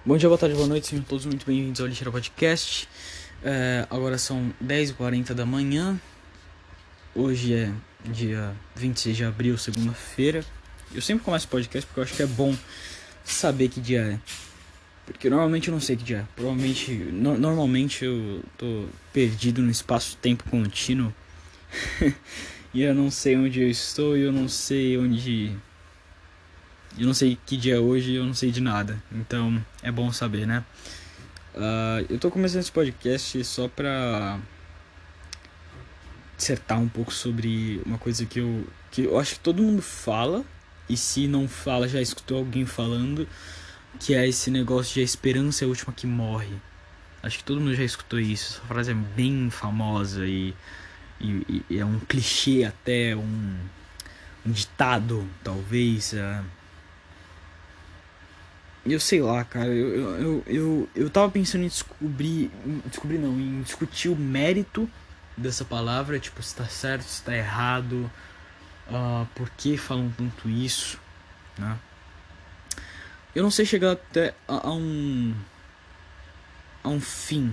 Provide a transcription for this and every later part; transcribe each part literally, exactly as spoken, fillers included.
Bom dia, boa tarde, boa noite, sejam todos muito bem-vindos ao Lixeira Podcast. É, agora são dez e quarenta da manhã. Hoje é dia vinte e seis de abril, segunda-feira. Eu sempre começo o podcast porque eu acho que é bom saber que dia é. Porque normalmente eu não sei que dia é. Provavelmente, no, normalmente eu tô perdido no espaço-tempo contínuo. E eu não sei onde eu estou e eu não sei onde... Eu não sei que dia é hoje, eu não sei de nada. Então, é bom saber, né? Uh, eu tô começando esse podcast só pra dissertar um pouco sobre uma coisa que eu, que eu acho que todo mundo fala, e se não fala, já escutou alguém falando, que é esse negócio de a esperança é a última que morre. Acho que todo mundo já escutou isso. Essa frase é bem famosa e, e, e é um clichê até, um, um ditado, talvez... Uh, Eu sei lá, cara, eu, eu, eu, eu, eu tava pensando em descobrir, descobrir não, em discutir o mérito dessa palavra, tipo, se tá certo, se tá errado, uh, por que falam tanto isso, né? Eu não sei chegar até a, a um, a um fim,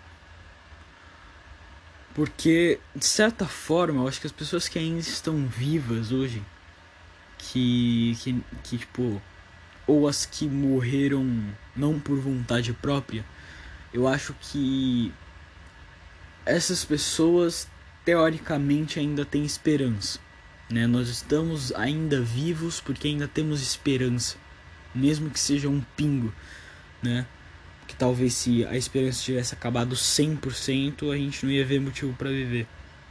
porque, de certa forma, eu acho que as pessoas que ainda estão vivas hoje, que, que, que tipo... ou as que morreram não por vontade própria, eu acho que essas pessoas teoricamente ainda têm esperança, né? Nós estamos ainda vivos porque ainda temos esperança, mesmo que seja um pingo, né? Que talvez se a esperança tivesse acabado cem por cento, a gente não ia ver motivo para viver.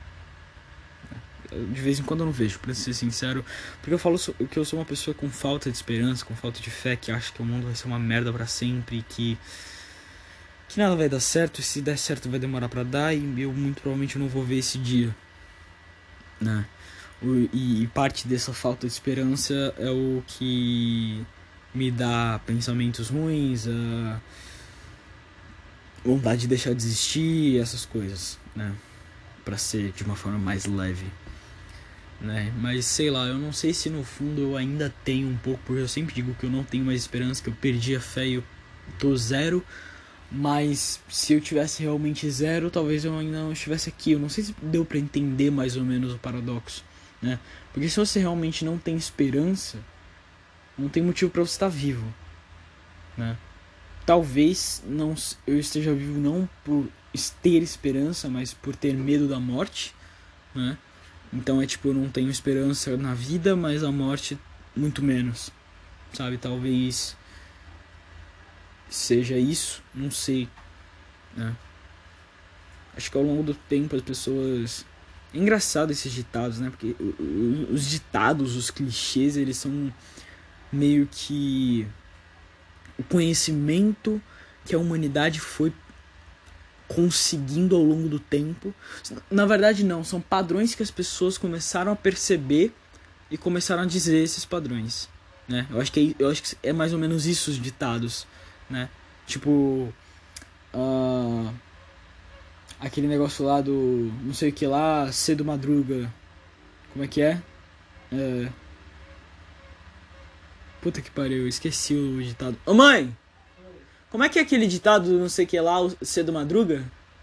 De vez em quando eu não vejo, pra ser sincero, porque eu falo que eu sou uma pessoa com falta de esperança, com falta de fé, que acha que o mundo vai ser uma merda pra sempre, que que nada vai dar certo, e se der certo vai demorar pra dar, e eu muito provavelmente não vou ver esse dia, né? O, e, e parte dessa falta de esperança é o que me dá pensamentos ruins, a vontade de deixar de existir, essas coisas, né? Pra ser de uma forma mais leve. Né? Mas sei lá, eu não sei se no fundo eu ainda tenho um pouco, porque eu sempre digo que eu não tenho mais esperança, que eu perdi a fé e eu tô zero. Mas se eu tivesse realmente zero, talvez eu ainda não estivesse aqui. Eu não sei se deu pra entender mais ou menos o paradoxo, né? Porque se você realmente não tem esperança, não tem motivo pra você estar vivo, né? Talvez não, eu esteja vivo não por ter esperança, mas por ter medo da morte, né? Então é tipo, eu não tenho esperança na vida, mas a morte muito menos, sabe? Talvez seja isso, não sei, né? Acho que ao longo do tempo as pessoas... É engraçado esses ditados, né? Porque os ditados, os clichês, eles são meio que o conhecimento que a humanidade foi conseguindo ao longo do tempo. Na verdade não, são padrões que as pessoas começaram a perceber e começaram a dizer esses padrões, né? Eu acho que é, eu acho que é mais ou menos isso os ditados, né? Tipo, uh, aquele negócio lá do não sei o que lá, cedo madruga. Como é que é? é... Puta que pariu, eu esqueci o ditado. Ô mãe! Como é que é aquele ditado do não sei o que lá, cedo madruga?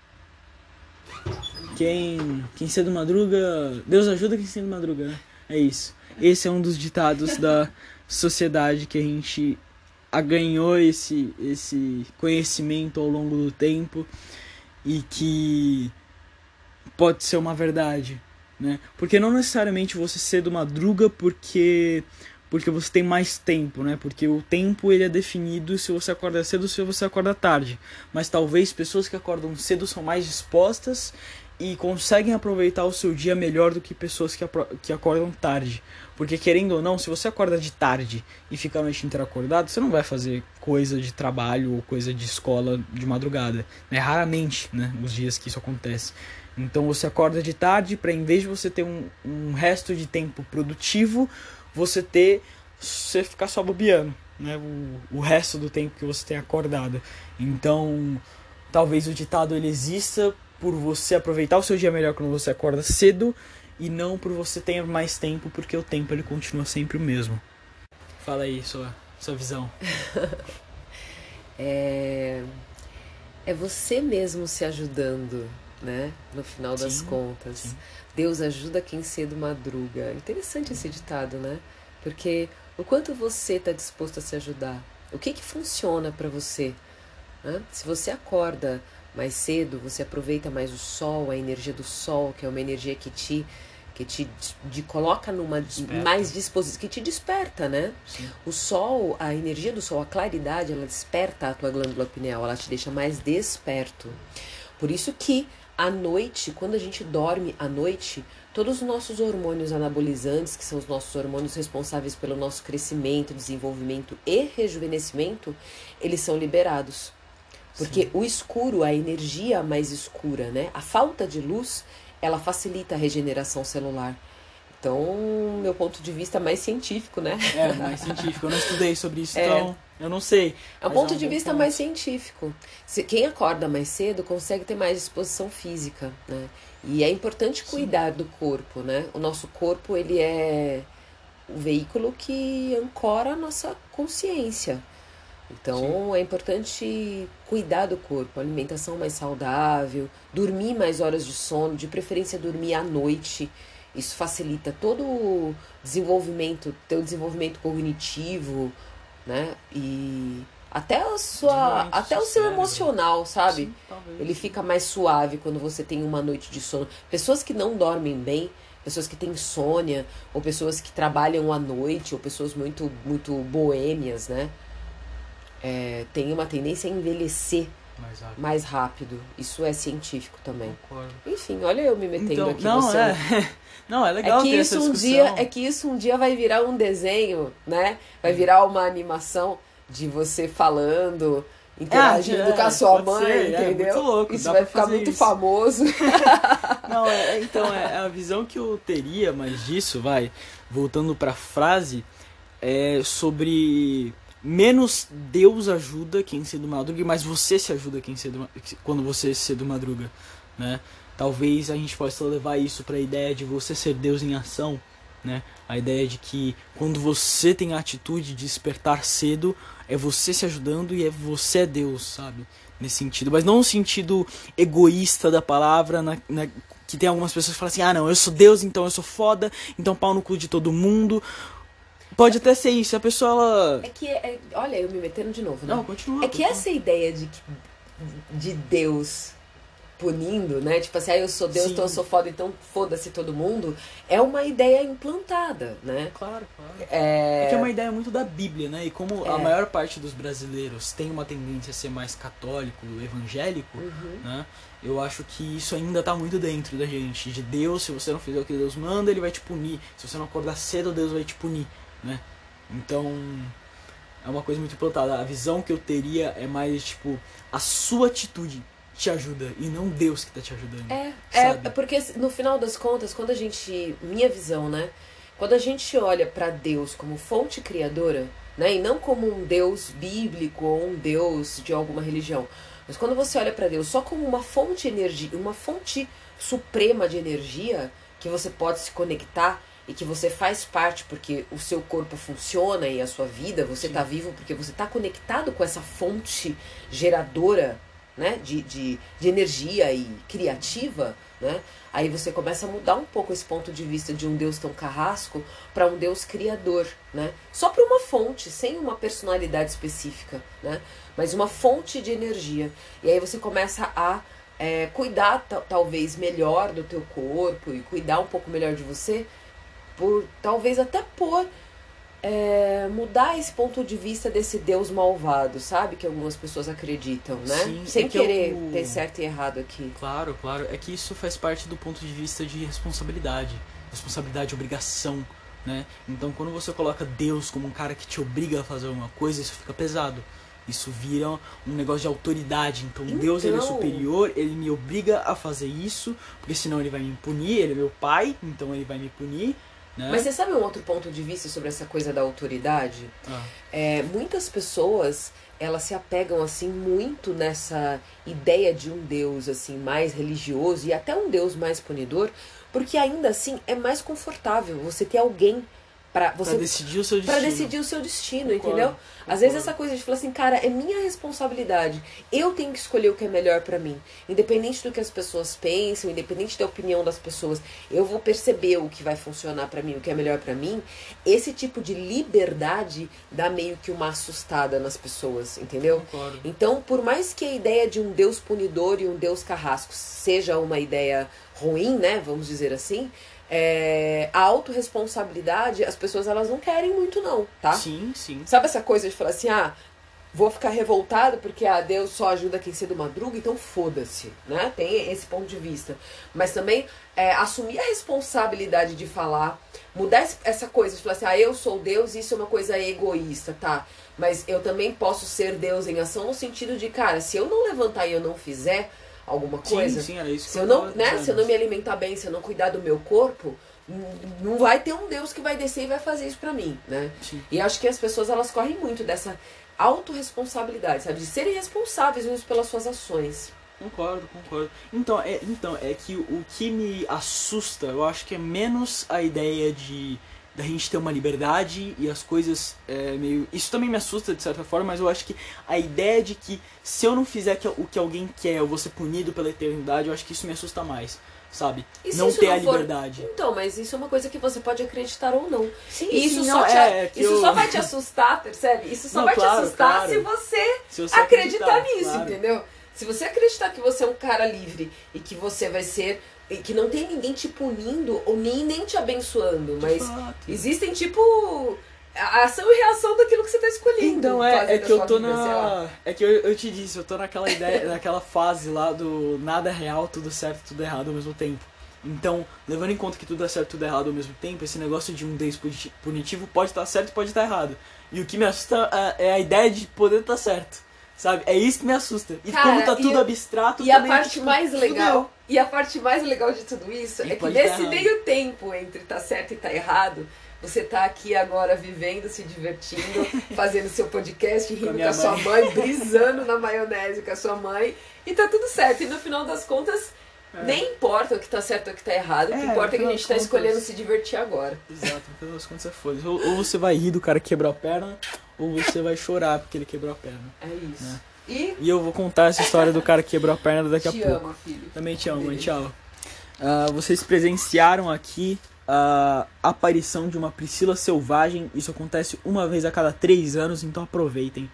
Quem, quem cedo madruga... Deus ajuda quem cedo madruga, né? É isso. Esse é um dos ditados da sociedade que a gente ganhou esse, esse conhecimento ao longo do tempo e que pode ser uma verdade, né? Porque não necessariamente você cedo madruga porque... porque você tem mais tempo, né? Porque o tempo ele é definido se você acorda cedo ou se você acorda tarde. Mas talvez pessoas que acordam cedo são mais dispostas e conseguem aproveitar o seu dia melhor do que pessoas que, que acordam tarde. Porque querendo ou não, se você acorda de tarde e fica a noite inteira acordado, você não vai fazer coisa de trabalho ou coisa de escola de madrugada. É raramente, né, os dias que isso acontece. Então você acorda de tarde para, em vez de você ter um, um resto de tempo produtivo, você ter, você ficar só bobeando, né, o, o resto do tempo que você tem acordado. Então, talvez o ditado ele exista por você aproveitar o seu dia melhor quando você acorda cedo e não por você ter mais tempo, porque o tempo ele continua sempre o mesmo. Fala aí sua, sua visão. É, é você mesmo se ajudando, né? No final das Sim, contas. sim. Deus ajuda quem cedo madruga. Interessante esse ditado, né? Porque o quanto você está disposto a se ajudar? O que que funciona para você? Né? Se você acorda mais cedo, você aproveita mais o sol, a energia do sol, que é uma energia que te que te de, coloca numa Desperta. mais disposição, que te desperta, né? Sim. O sol, a energia do sol, a claridade, ela desperta a tua glândula pineal, ela te deixa mais desperto. Por isso que à noite, quando a gente dorme à noite, todos os nossos hormônios anabolizantes, que são os nossos hormônios responsáveis pelo nosso crescimento, desenvolvimento e rejuvenescimento, eles são liberados. Porque Sim. o escuro, a energia mais escura, né? A falta de luz, ela facilita a regeneração celular. Então, meu ponto de vista é mais científico, né? É, mais científico. Eu não estudei sobre isso, É. então eu não sei. É um Mas ponto é um de bom vista ponto. mais científico. Se- Quem acorda mais cedo consegue ter mais disposição física, né? E é importante cuidar do corpo, né? O nosso corpo, ele é o veículo que ancora a nossa consciência. Então é importante cuidar do corpo, alimentação mais saudável, dormir mais horas de sono, de preferência dormir à noite. Isso facilita todo o desenvolvimento, teu desenvolvimento cognitivo, né? E até a sua, Desenvolvimento até do o seu cérebro. emocional, sabe? Sim, talvez. Ele fica mais suave quando você tem uma noite de sono. Pessoas que não dormem bem, pessoas que têm insônia, ou pessoas que trabalham à noite, ou pessoas muito, muito boêmias, né? É, tem uma tendência a envelhecer Mais rápido. mais rápido. Isso é científico também. Concordo. Enfim, olha eu me metendo Então, aqui não, no seu... é. Não, é legal É que ter isso essa um discussão. dia, é que isso um dia vai virar um desenho, né? Vai virar uma animação de você falando, interagindo é, com a sua pode mãe, ser, é, entendeu? muito louco, Isso dá vai pra ficar fazer muito isso. famoso. Não, é, é, então, é a visão que eu teria, mas disso, vai, voltando pra frase, é sobre menos Deus ajuda quem cedo madruga, mas você se ajuda quem cedo, quando você cedo madruga, né? Talvez a gente possa levar isso para a ideia de você ser Deus em ação, né? A ideia de que quando você tem a atitude de despertar cedo, é você se ajudando e é você é Deus, sabe? Nesse sentido, mas não no sentido egoísta da palavra, na, na, que tem algumas pessoas que falam assim, ah não, eu sou Deus, então eu sou foda, então pau no cu de todo mundo. Pode até ser isso, a pessoa ela... É que, é, olha, eu me metendo de novo, né? Não, continua. É que continua. essa ideia de, que- de Deus punindo, né? Tipo assim, ah, eu sou Deus, Sim. então eu sou foda, então foda-se todo mundo. É uma ideia implantada, né? Claro, claro. É, É que é uma ideia muito da Bíblia, né? E como a É. maior parte dos brasileiros tem uma tendência a ser mais católico, evangélico, Uhum. né? Eu acho que isso ainda tá muito dentro da gente. De Deus, se você não fizer o que Deus manda, Ele vai te punir. Se você não acordar cedo, Deus vai te punir, né? Então, é uma coisa muito implantada. A visão que eu teria é mais, tipo, a sua atitude te ajuda e não Deus que tá te ajudando. É, é, sabe? é porque no final das contas, quando a gente, minha visão, né? Quando a gente olha pra Deus como fonte criadora, né? E não como um Deus bíblico ou um Deus de alguma religião, mas quando você olha pra Deus só como uma fonte de energia, uma fonte suprema de energia que você pode se conectar e que você faz parte porque o seu corpo funciona e a sua vida, você tá vivo porque você tá conectado com essa fonte geradora, né, de, de, de energia e criativa, né? Aí você começa a mudar um pouco esse ponto de vista de um Deus tão carrasco para um Deus criador, né? Só para uma fonte, sem uma personalidade específica, né? Mas uma fonte de energia. E aí você começa a é, cuidar talvez melhor do teu corpo e cuidar um pouco melhor de você, por talvez até por É, mudar esse ponto de vista desse Deus malvado, sabe? Que algumas pessoas acreditam, né? Sim, Sem é que querer eu- ter certo e errado aqui. Claro, claro. É que isso faz parte do ponto de vista de responsabilidade. Responsabilidade, obrigação, né? Então, quando você coloca Deus como um cara que te obriga a fazer alguma coisa, isso fica pesado. Isso vira um negócio de autoridade. Então, Deus ele é Então- superior, ele me obriga a fazer isso, porque senão ele vai me punir, ele é meu pai, então ele vai me punir, né? Mas você sabe um outro ponto de vista sobre essa coisa da autoridade? Ah, É, muitas pessoas, elas se apegam assim muito nessa ideia de um Deus assim mais religioso e até um Deus mais punidor, porque ainda assim é mais confortável você ter alguém Pra, você, pra decidir o seu destino. Pra decidir o seu destino, Concordo, entendeu? concordo. Às vezes essa coisa de falar assim, cara, é minha responsabilidade. Eu tenho que escolher o que é melhor pra mim. Independente do que as pessoas pensam, independente da opinião das pessoas, eu vou perceber o que vai funcionar pra mim, o que é melhor pra mim. Esse tipo de liberdade dá meio que uma assustada nas pessoas, entendeu? Concordo. Então, por mais que a ideia de um Deus punidor e um Deus carrasco seja uma ideia ruim, né, vamos dizer assim, é, a autorresponsabilidade, as pessoas elas não querem muito não, tá? Sim, sim. Sabe essa coisa de falar assim, ah, vou ficar revoltado porque ah, Deus só ajuda quem cedo madruga, então foda-se, né? Tem esse ponto de vista. Mas também é, assumir a responsabilidade de falar, mudar essa coisa de falar assim, ah, eu sou Deus, isso é uma coisa egoísta, tá? Mas eu também posso ser Deus em ação no sentido de, cara, se eu não levantar e eu não fizer alguma coisa, sim, sim, era isso que se eu eu não, tava né, dizendo. se eu não me alimentar bem, se eu não cuidar do meu corpo, não vai ter um Deus que vai descer e vai fazer isso pra mim, né? Sim. E acho que as pessoas, elas correm muito dessa autorresponsabilidade, sabe? De serem responsáveis mesmo pelas suas ações. Concordo, concordo. Então é, então, é que o que me assusta, eu acho que é menos a ideia de da gente ter uma liberdade e as coisas é, meio... Isso também me assusta de certa forma, mas eu acho que a ideia de que se eu não fizer o que alguém quer, eu vou ser punido pela eternidade, eu acho que isso me assusta mais, sabe? E se Não isso ter não a for- liberdade. Então, mas isso é uma coisa que você pode acreditar ou não. Sim, E isso, sim, só, não, te, é, é que isso eu- só vai te assustar, percebe? Isso só Não, vai claro, te assustar claro. se você Se você acreditar, acreditar, nisso, claro. entendeu? Se você acreditar que você é um cara livre e que você vai ser... E que não tem ninguém te punindo ou nem, nem te abençoando, mas fato. existem, tipo... A ação e reação daquilo que você tá escolhendo. Então, é, fazer é da que eu sua tô vida, sei lá. na... É que eu, eu te disse, eu tô naquela ideia, naquela fase lá do nada é real, tudo certo, tudo errado ao mesmo tempo. Então, levando em conta que tudo é certo, tudo errado ao mesmo tempo, esse negócio de um Deus punitivo pode estar certo e pode estar errado. E o que me assusta é a ideia de poder estar certo. Sabe? É isso que me assusta. E Cara, como tá e tudo eu- abstrato, E a também, parte tipo, mais fudeu. legal, e a parte mais legal de tudo isso E é que pode tá nesse errado. meio tempo entre tá certo e tá errado, você tá aqui agora vivendo, se divertindo, fazendo seu podcast, rindo com minha a sua mãe. mãe, brisando na maionese com a sua mãe, e tá tudo certo. E no final das contas, nem importa o que tá certo ou o que tá errado, o que É, importa é no que a final gente das tá contas- escolhendo se divertir agora. Exato, no final das contas é foda. Ou, ou você vai rir do cara que quebrou a perna, ou você vai chorar porque ele quebrou a perna. É isso. Né? E E eu vou contar essa história do cara que quebrou a perna daqui a te pouco. amo, filho. Também te amo, mãe. Beijo. Tchau. Ah, vocês presenciaram aqui a aparição de uma Priscila selvagem. Isso acontece uma vez a cada três anos, então aproveitem.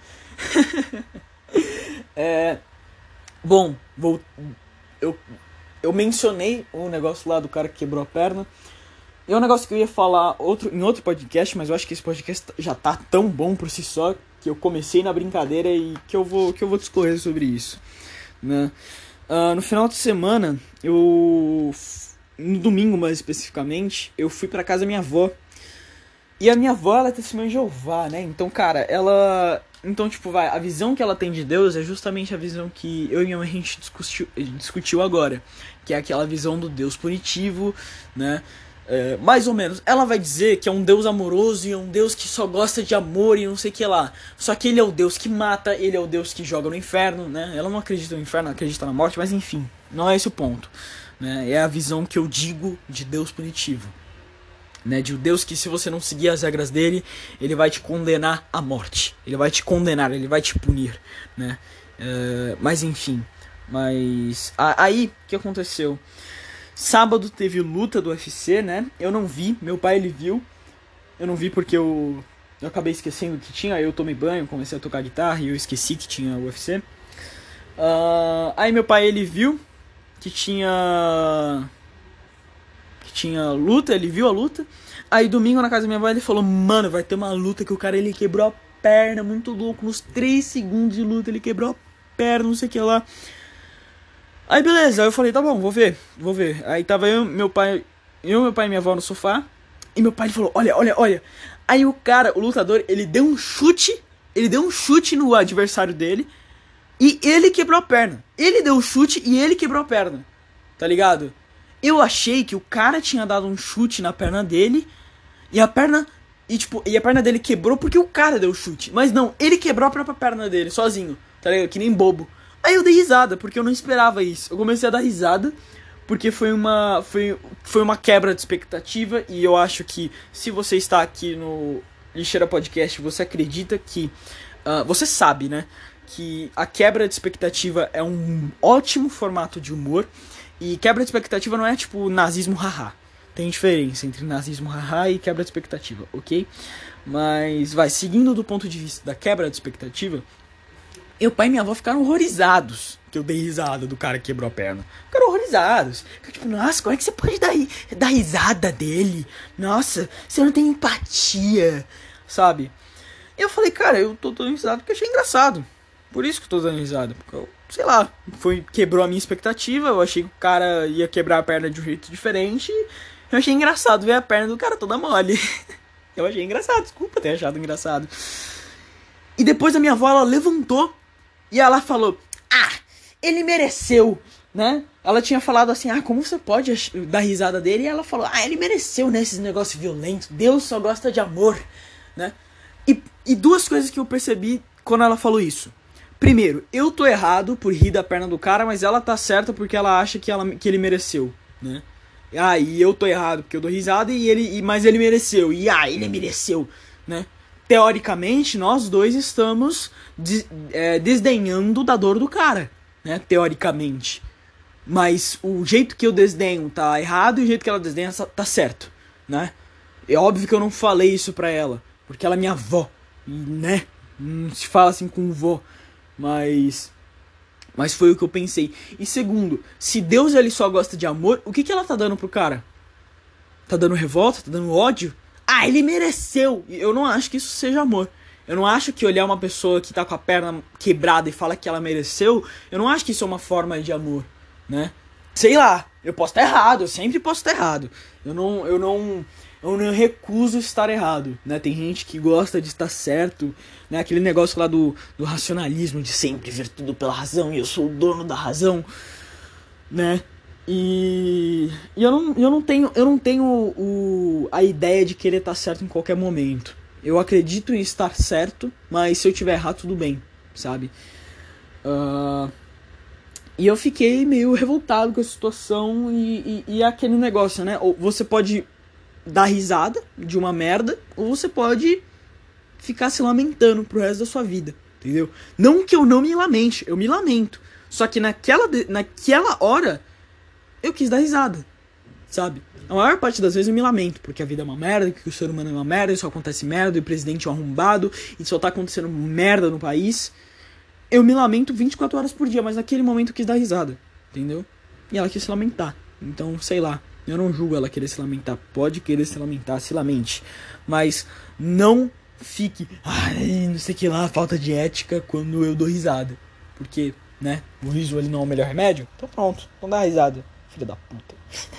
É, bom, vou, eu, eu mencionei o negócio lá do cara que quebrou a perna. É um negócio que eu ia falar outro, em outro podcast, mas eu acho que esse podcast já tá tão bom por si só que eu comecei na brincadeira e que eu vou, que eu vou discorrer sobre isso, né? Uh, no final de semana, eu... no domingo mais especificamente, eu fui pra casa da minha avó. E a minha avó, ela é testemunha de Jeová, né? Então, cara, ela... Então, tipo, vai, a visão que ela tem de Deus é justamente a visão que eu e minha mãe a gente discutiu, discutiu agora. Que é aquela visão do Deus punitivo, né? É, mais ou menos. Ela vai dizer que é um Deus amoroso e é um Deus que só gosta de amor e não sei o que lá. Só que ele é o Deus que mata, ele é o Deus que joga no inferno, né? Ela não acredita no inferno, ela acredita na morte, mas enfim, não é esse o ponto, né? É a visão que eu digo de Deus punitivo, né? De um Deus que, se você não seguir as regras dele, ele vai te condenar à morte. Ele vai te condenar, ele vai te punir, né? É, mas enfim, mas a- aí o que aconteceu? Sábado teve luta do U F C, né? Eu não vi, meu pai ele viu. Eu não vi porque eu, eu acabei esquecendo que tinha. Aí eu tomei banho, comecei a tocar guitarra e eu esqueci que tinha U F C. Uh, aí meu pai ele viu que tinha que tinha luta, ele viu a luta. Aí domingo na casa da minha avó ele falou: mano, vai ter uma luta que o cara ele quebrou a perna, muito louco. Nos três segundos de luta ele quebrou a perna, não sei o que lá. Aí beleza, aí eu falei, tá bom, vou ver, vou ver. Aí tava eu, meu pai, eu, meu pai e minha avó no sofá. E meu pai ele falou, olha, olha, olha. Aí o cara, o lutador, ele deu um chute, ele deu um chute no adversário dele. E ele quebrou a perna. Ele deu o chute e ele quebrou a perna. Tá ligado? Eu achei que o cara tinha dado um chute na perna dele. E a perna, e tipo, e a perna dele quebrou porque o cara deu o chute. Mas não, ele quebrou a própria perna dele, sozinho. Tá ligado? Que nem bobo. Aí eu dei risada, porque eu não esperava isso. Eu comecei a dar risada, porque foi uma, foi, foi uma quebra de expectativa, e eu acho que se você está aqui no Lixeira Podcast, você acredita que, uh, você sabe, né, que a quebra de expectativa é um ótimo formato de humor, e quebra de expectativa não é tipo nazismo haha, tem diferença entre nazismo haha e quebra de expectativa, ok? Mas, vai, seguindo do ponto de vista da quebra de expectativa, meu pai e minha avó ficaram horrorizados que eu dei risada do cara que quebrou a perna. Ficaram horrorizados. Ficaram tipo, nossa, como é que você pode dar, dar risada dele? Nossa, você não tem empatia, sabe? E eu falei, cara, eu tô dando risada porque eu achei engraçado. Por isso que eu tô dando risada. Porque eu, sei lá, foi, quebrou a minha expectativa. Eu achei que o cara ia quebrar a perna de um jeito diferente. Eu achei engraçado ver a perna do cara toda mole. Eu achei engraçado, desculpa ter achado engraçado. E depois a minha avó, ela levantou e ela falou, ah, ele mereceu, né? Ela tinha falado assim, ah, como você pode dar risada dele? E ela falou, ah, ele mereceu, né, esses negócios violentos. Deus só gosta de amor, né? E, e duas coisas que eu percebi quando ela falou isso. Primeiro, eu tô errado por rir da perna do cara, mas ela tá certa porque ela acha que, ela, que ele mereceu, né? Ah, e eu tô errado porque eu dou risada, e ele, e, mas ele mereceu. E ah, ele mereceu, né? Teoricamente, nós dois estamos de, é, desdenhando da dor do cara, né? Teoricamente. Mas o jeito que eu desdenho tá errado e o jeito que ela desdenha tá certo, né? É óbvio que eu não falei isso pra ela, porque ela é minha avó, e, né? Não se fala assim com vó, mas... Mas foi o que eu pensei. E segundo, se Deus ele só gosta de amor, o que, que ela tá dando pro cara? Tá dando revolta? Tá dando ódio? Ah, ele mereceu! Eu não acho que isso seja amor. Eu não acho que olhar uma pessoa que tá com a perna quebrada e fala que ela mereceu, eu não acho que isso é uma forma de amor, né? Sei lá, eu posso estar errado, eu sempre posso estar errado. Eu não, eu não, eu não recuso estar errado, né? Tem gente que gosta de estar certo, né? Aquele negócio lá do, do racionalismo, de sempre ver tudo pela razão, e eu sou o dono da razão, né? E, e eu, não, eu não tenho, eu não tenho o, a ideia de querer estar certo em qualquer momento. Eu acredito em estar certo, mas se eu tiver errado, tudo bem, sabe? Uh, e eu fiquei meio revoltado com a situação e, e, e aquele negócio, né? Ou você pode dar risada de uma merda, ou você pode ficar se lamentando pro resto da sua vida, entendeu? Não que eu não me lamente, eu me lamento. Só que naquela, naquela hora, eu quis dar risada, sabe? A maior parte das vezes eu me lamento, porque a vida é uma merda, que o ser humano é uma merda, e só acontece merda, e o presidente é um arrombado, e só tá acontecendo merda no país. Eu me lamento vinte e quatro horas por dia, mas naquele momento eu quis dar risada, entendeu? E ela quis se lamentar. Então, sei lá, eu não julgo ela querer se lamentar. Pode querer se lamentar, se lamente. Mas não fique, ai, não sei o que lá, falta de ética quando eu dou risada. Porque, né, o riso ele não é o melhor remédio. Então pronto, não dá risada, filha da puta.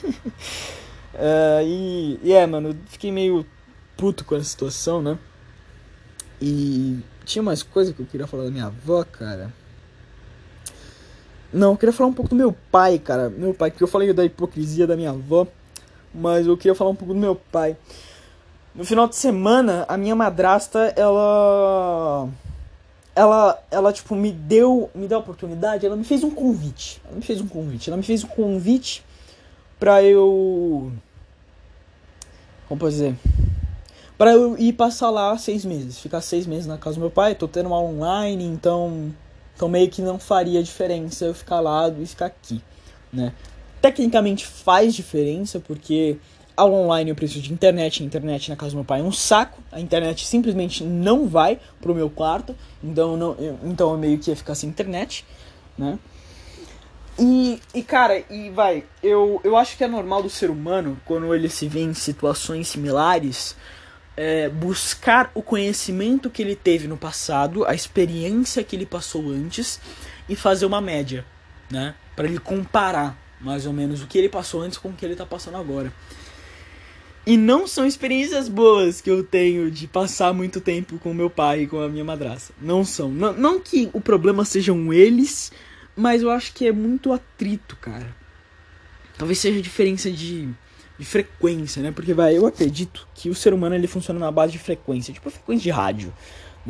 uh, e, e é, mano, eu fiquei meio puto com essa situação, né? E tinha mais coisa que eu queria falar da minha avó, cara. Não, eu queria falar um pouco do meu pai, cara. Meu pai, que eu falei da hipocrisia da minha avó, mas eu queria falar um pouco do meu pai. No final de semana, a minha madrasta, ela... Ela, ela tipo, me deu, me deu a oportunidade, ela me fez um convite. Ela me fez um convite. Ela me fez um convite pra eu... Como posso dizer? Pra eu ir passar lá seis meses. Ficar seis meses na casa do meu pai. Tô tendo uma online, então... Então meio que não faria diferença eu ficar lá e ficar aqui, né? Tecnicamente faz diferença, porque aula online eu preciso de internet. A internet na casa do meu pai é um saco. A internet simplesmente não vai pro meu quarto. Então, não, eu, então eu meio que ia ficar sem internet, né? E, e cara, e vai, eu, eu acho que é normal do ser humano, quando ele se vê em situações similares, é, buscar o conhecimento que ele teve no passado, a experiência que ele passou antes, e fazer uma média, né? Pra ele comparar, mais ou menos, o que ele passou antes com o que ele tá passando agora. E não são experiências boas que eu tenho de passar muito tempo com meu pai e com a minha madrasta. Não são. Não, não que o problema sejam eles, mas eu acho que é muito atrito, cara. Talvez seja diferença de, de frequência, né? Porque, vai, eu acredito que o ser humano ele funciona na base de frequência, tipo a frequência de rádio, né?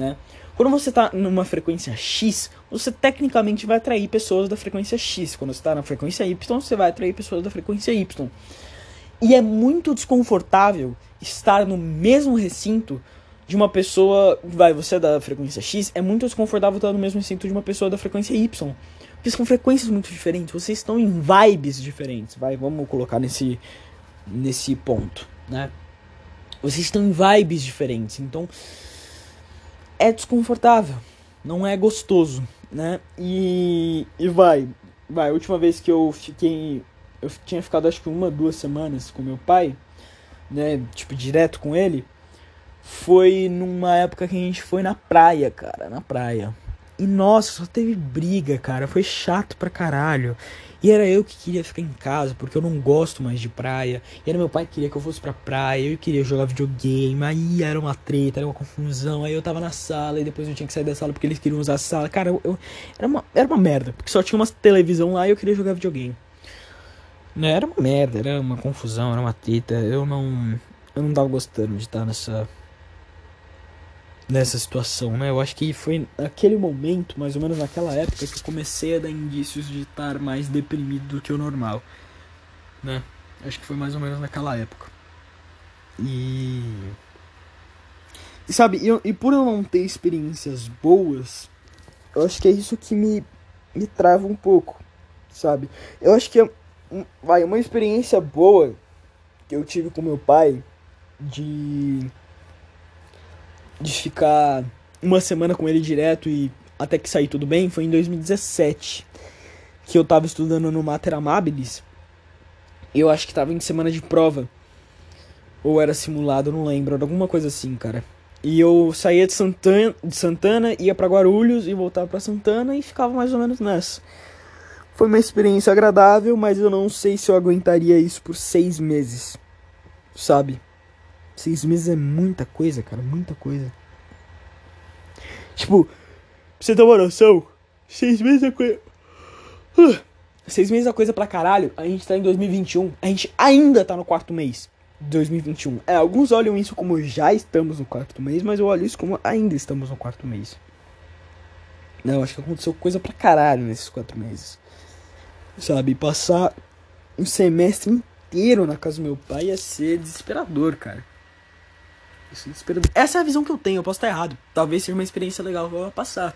Quando você tá numa frequência X, você tecnicamente vai atrair pessoas da frequência X. Quando você tá na frequência Y, você vai atrair pessoas da frequência Y. E é muito desconfortável estar no mesmo recinto de uma pessoa... Vai, você é da frequência X, é muito desconfortável estar no mesmo recinto de uma pessoa da frequência Y. Porque são frequências muito diferentes, vocês estão em vibes diferentes. Vai, vamos colocar nesse, nesse ponto, né? Vocês estão em vibes diferentes, então... é desconfortável, não é gostoso, né? E, e vai, vai, a última vez que eu fiquei, eu tinha ficado acho que uma, duas semanas com meu pai, né? Tipo, direto com ele, foi numa época que a gente foi na praia, cara, na praia. E nossa, só teve briga, cara, foi chato pra caralho. E era eu que queria ficar em casa, porque eu não gosto mais de praia. E era meu pai que queria que eu fosse pra praia, eu queria jogar videogame. Aí era uma treta, era uma confusão. Aí eu tava na sala e depois eu tinha que sair da sala porque eles queriam usar a sala. Cara, eu, eu, era, uma, era uma merda, porque só tinha uma televisão lá e eu queria jogar videogame. Né, era uma merda, era uma confusão, era uma treta. Eu não, eu não tava gostando de estar nessa... nessa situação, né? Eu acho que foi naquele momento, mais ou menos naquela época, que eu comecei a dar indícios de estar mais deprimido do que o normal, né? Acho que foi mais ou menos naquela época. E... E sabe, e, e por eu não ter experiências boas, eu acho que é isso que me, me trava um pouco, sabe? Eu acho que é, vai, uma experiência boa que eu tive com meu pai de... de ficar uma semana com ele direto e até que sair tudo bem, foi em dois mil e dezessete, que eu tava estudando no Mater Amabilis, e eu acho que tava em semana de prova, ou era simulado, eu não lembro, era alguma coisa assim, cara. E eu saía de Santana, de Santana, ia pra Guarulhos e voltava pra Santana e ficava mais ou menos nessa. Foi uma experiência agradável, mas eu não sei se eu aguentaria isso por seis meses, sabe? Seis meses é muita coisa, cara, muita coisa. Tipo, pra você ter uma noção, seis meses é coisa... Uh, seis meses é coisa pra caralho, a gente tá em dois mil e vinte e um, a gente ainda tá no quarto mês de dois mil e vinte e um. É, alguns olham isso como já estamos no quarto mês, mas eu olho isso como ainda estamos no quarto mês. Não, acho que aconteceu coisa pra caralho nesses quatro meses. Sabe, passar um semestre inteiro na casa do meu pai ia ser desesperador, cara. Essa é a visão que eu tenho, eu posso estar errado. Talvez seja uma experiência legal que eu vou passar.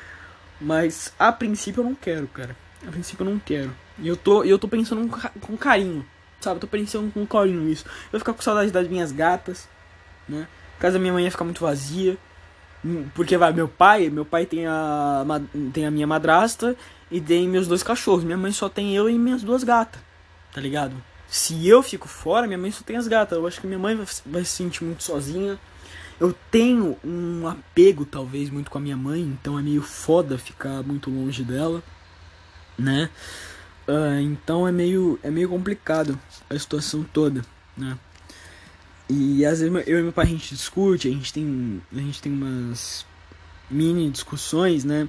Mas a princípio eu não quero, cara. A princípio eu não quero. E eu tô, eu tô pensando com carinho, sabe? Eu tô pensando com carinho nisso. Eu vou ficar com saudade das minhas gatas, né? A casa da minha mãe ia ficar muito vazia. Porque vai, meu pai, meu pai tem a, tem a minha madrasta e tem meus dois cachorros. Minha mãe só tem eu e minhas duas gatas, tá ligado? Se eu fico fora, minha mãe só tem as gatas. Eu acho que minha mãe vai, vai se sentir muito sozinha. Eu tenho um apego, talvez, muito com a minha mãe. Então é meio foda ficar muito longe dela, né? Uh, então é meio, é meio complicado a situação toda, né? E às vezes eu e meu pai a gente discute. A gente tem, a gente tem umas mini discussões, né?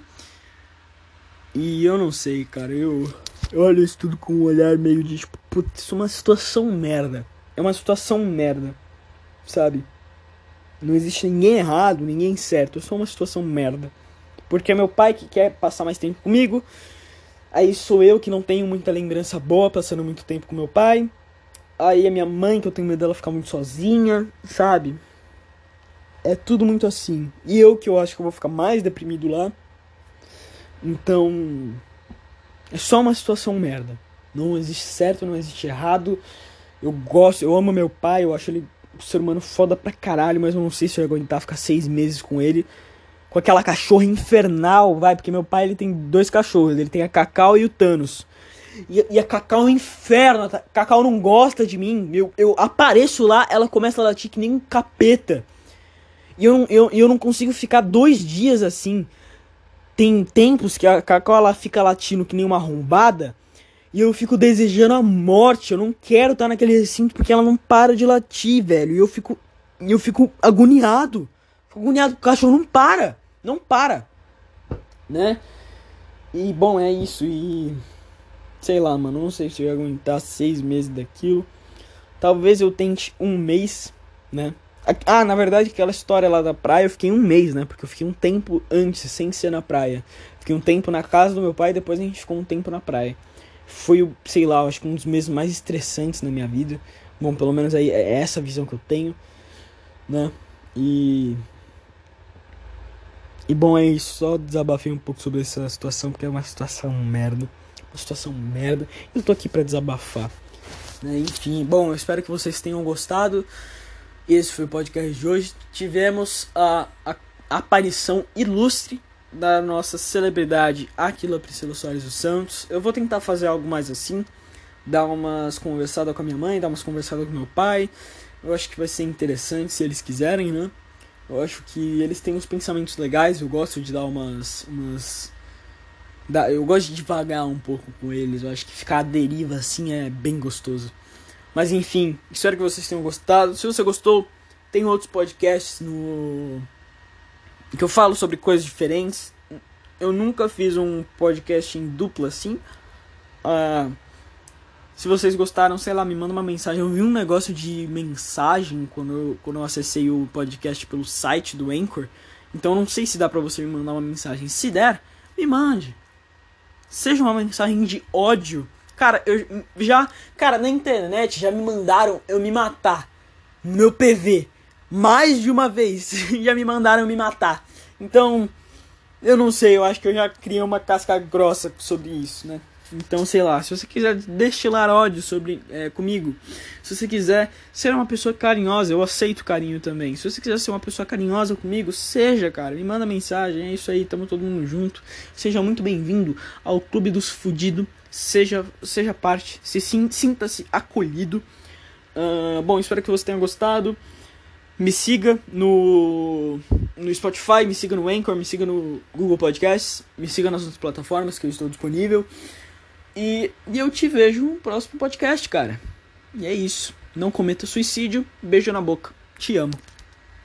E eu não sei, cara. Eu... Eu olho isso tudo com um olhar meio de tipo, putz, isso é uma situação merda. É uma situação merda, sabe? Não existe ninguém errado, ninguém certo. É só uma situação merda. Porque é meu pai que quer passar mais tempo comigo. Aí sou eu que não tenho muita lembrança boa passando muito tempo com meu pai. Aí é minha mãe que eu tenho medo dela ficar muito sozinha, sabe? É tudo muito assim. E eu que eu acho que eu vou ficar mais deprimido lá. Então... é só uma situação merda. Não existe certo, não existe errado. Eu gosto, eu amo meu pai, eu acho ele um ser humano foda pra caralho, mas eu não sei se eu ia aguentar ficar seis meses com ele. Com aquela cachorra infernal, vai, porque meu pai ele tem dois cachorros, ele tem a Cacau e o Thanos. E, e a Cacau é um inferno, a Cacau não gosta de mim. Eu, eu apareço lá, ela começa a latir que nem um capeta. E eu, eu, eu não consigo ficar dois dias assim. Tem tempos que a Cacau ela fica latindo que nem uma arrombada. E eu fico desejando a morte. Eu não quero estar naquele recinto porque ela não para de latir, velho. E eu fico, eu fico agoniado. Fico agoniado porque o cachorro não para. Não para. Né? E bom, é isso. E sei lá, mano. Não sei se eu ia aguentar seis meses daquilo. Talvez eu tente um mês, né? Ah, na verdade, aquela história lá da praia, eu fiquei um mês, né? Porque eu fiquei um tempo antes, sem ser na praia. Fiquei um tempo na casa do meu pai e depois a gente ficou um tempo na praia. Foi, sei lá, acho que um dos meses mais estressantes na minha vida. Bom, pelo menos aí é essa visão que eu tenho, né? E... E bom, é isso. Só desabafei um pouco sobre essa situação, porque é uma situação merda. Uma situação merda. Eu tô aqui pra desabafar, né? Enfim, bom, eu espero que vocês tenham gostado. Esse foi o podcast de hoje. Tivemos a, a aparição ilustre da nossa celebridade Aquila Priscila Soares dos Santos. Eu vou tentar fazer algo mais assim, dar umas conversadas com a minha mãe, dar umas conversadas com meu pai. Eu acho que vai ser interessante se eles quiserem, né? Eu acho que eles têm uns pensamentos legais. Eu gosto de dar umas... umas... Eu gosto de divagar um pouco com eles. Eu acho que ficar à deriva assim é bem gostoso. Mas enfim, espero que vocês tenham gostado. Se você gostou, tem outros podcasts no que eu falo sobre coisas diferentes. Eu nunca fiz um podcast em dupla assim. Uh, se vocês gostaram, sei lá, me manda uma mensagem. Eu vi um negócio de mensagem quando eu, quando eu acessei o podcast pelo site do Anchor. Então não sei se dá pra você me mandar uma mensagem. Se der, me mande. Seja uma mensagem de ódio. Cara, eu já... Cara, na internet já me mandaram eu me matar. No meu P V. Mais de uma vez. Já me mandaram me matar. Então, eu não sei. Eu acho que eu já criei uma casca grossa sobre isso, né? Então, sei lá. Se você quiser destilar ódio sobre, é, comigo. Se você quiser ser uma pessoa carinhosa. Eu aceito carinho também. Se você quiser ser uma pessoa carinhosa comigo, seja, cara. Me manda mensagem. É isso aí. Tamo todo mundo junto. Seja muito bem-vindo ao Clube dos Fudidos. Seja, seja parte, se sinta-se acolhido. Uh, bom, espero que você tenha gostado. Me siga no, no Spotify, me siga no Anchor, me siga no Google Podcasts, me siga nas outras plataformas que eu estou disponível. E, e eu te vejo no próximo podcast, cara. E é isso. Não cometa suicídio. Beijo na boca. Te amo.